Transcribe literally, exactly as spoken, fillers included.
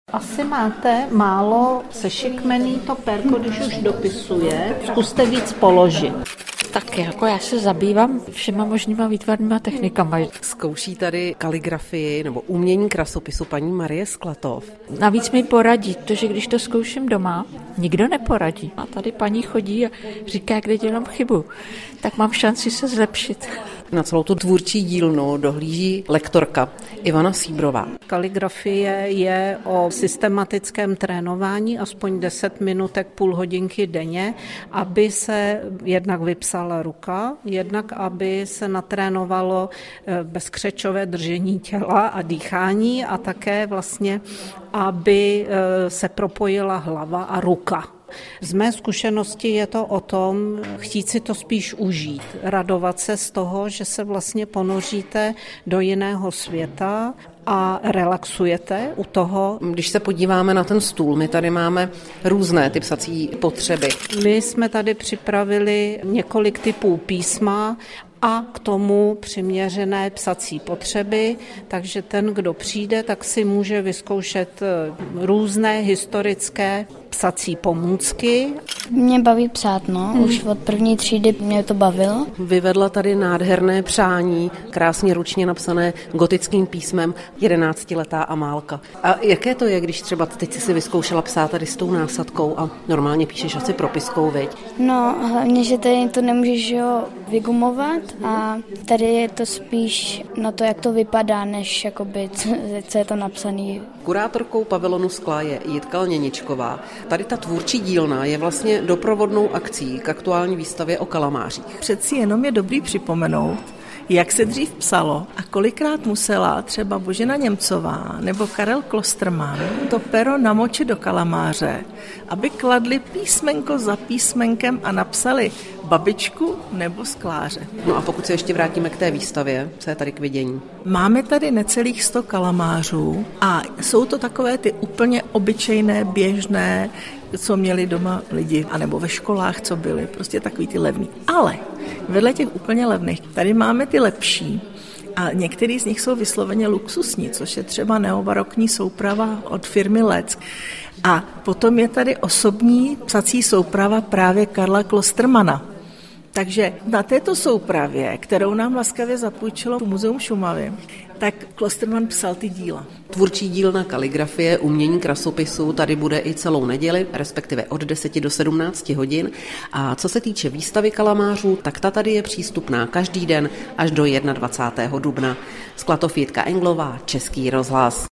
Asi máte málo sešikmený to perko, když už dopisuje. Zkuste víc položit. Tak jako já se zabývám všema možnýma výtvarnýma technikama. Zkouší tady kaligrafii nebo umění krasopisu paní Marie Sklatov. Navíc mi poradí, protože když to zkouším doma, nikdo neporadí. A tady paní chodí a říká, kde dělám chybu. Tak mám šanci se zlepšit. Na celou tu tvůrčí dílnu dohlíží lektorka Ivana Síbrová. Kaligrafie je o systematickém trénování, aspoň deset minutek, půl hodinky denně, aby se jednak vypsala ruka, jednak aby se natrénovalo bezkřečové držení těla a dýchání a také vlastně, aby se propojila hlava a ruka. Z mé zkušenosti je to o tom chtít si to spíš užít, radovat se z toho, že se vlastně ponoříte do jiného světa a relaxujete u toho. Když se podíváme na ten stůl, my tady máme různé ty psací potřeby. My jsme tady připravili několik typů písma a k tomu přiměřené psací potřeby, takže ten, kdo přijde, tak si může vyzkoušet různé historické psací pomůcky. Mě baví psát, no. Hmm. Už od první třídy mě to bavilo. Vyvedla tady nádherné přání, krásně ručně napsané gotickým písmem, jedenáctiletá Amálka. A jaké to je, když třeba teď jsi si vyzkoušela psát tady s tou násadkou a normálně píšeš asi propiskou, viď? No, hlavně, že tady to nemůžeš jo, vygumovat a tady je to spíš na to, jak to vypadá, než jakoby, co, co je to napsané. Kurátorkou pavilonu Skla je Jitka Lněničková. Tady ta tvůrčí dílna je vlastně doprovodnou akcí k aktuální výstavě o kalamářích. Přeci jenom je dobrý připomenout, jak se dřív psalo a kolikrát musela třeba Božena Němcová nebo Karel Klostermann to pero namočit do kalamáře, aby kladli písmenko za písmenkem a napsali babičku nebo skláře. No a pokud se ještě vrátíme k té výstavě, co je tady k vidění? Máme tady necelých sto kalamářů a jsou to takové ty úplně obyčejné, běžné, co měli doma lidi, anebo ve školách, co byly, prostě takový ty levný. Ale vedle těch úplně levných, tady máme ty lepší a některý z nich jsou vysloveně luxusní, což je třeba neobarokní souprava od firmy Lec. A potom je tady osobní psací souprava právě Karla Klostermana. Takže na této soupravě, kterou nám laskavě zapůjčilo Muzeum Šumavy, tak Klostermann psal ty díla. Tvůrčí dílna kaligrafie, umění krasopisu tady bude i celou neděli, respektive od deseti do sedmnácti hodin. A co se týče výstavy kalamářů, tak ta tady je přístupná každý den až do dvacátého prvního dubna. Sklatov Jitka Englová, Český rozhlas.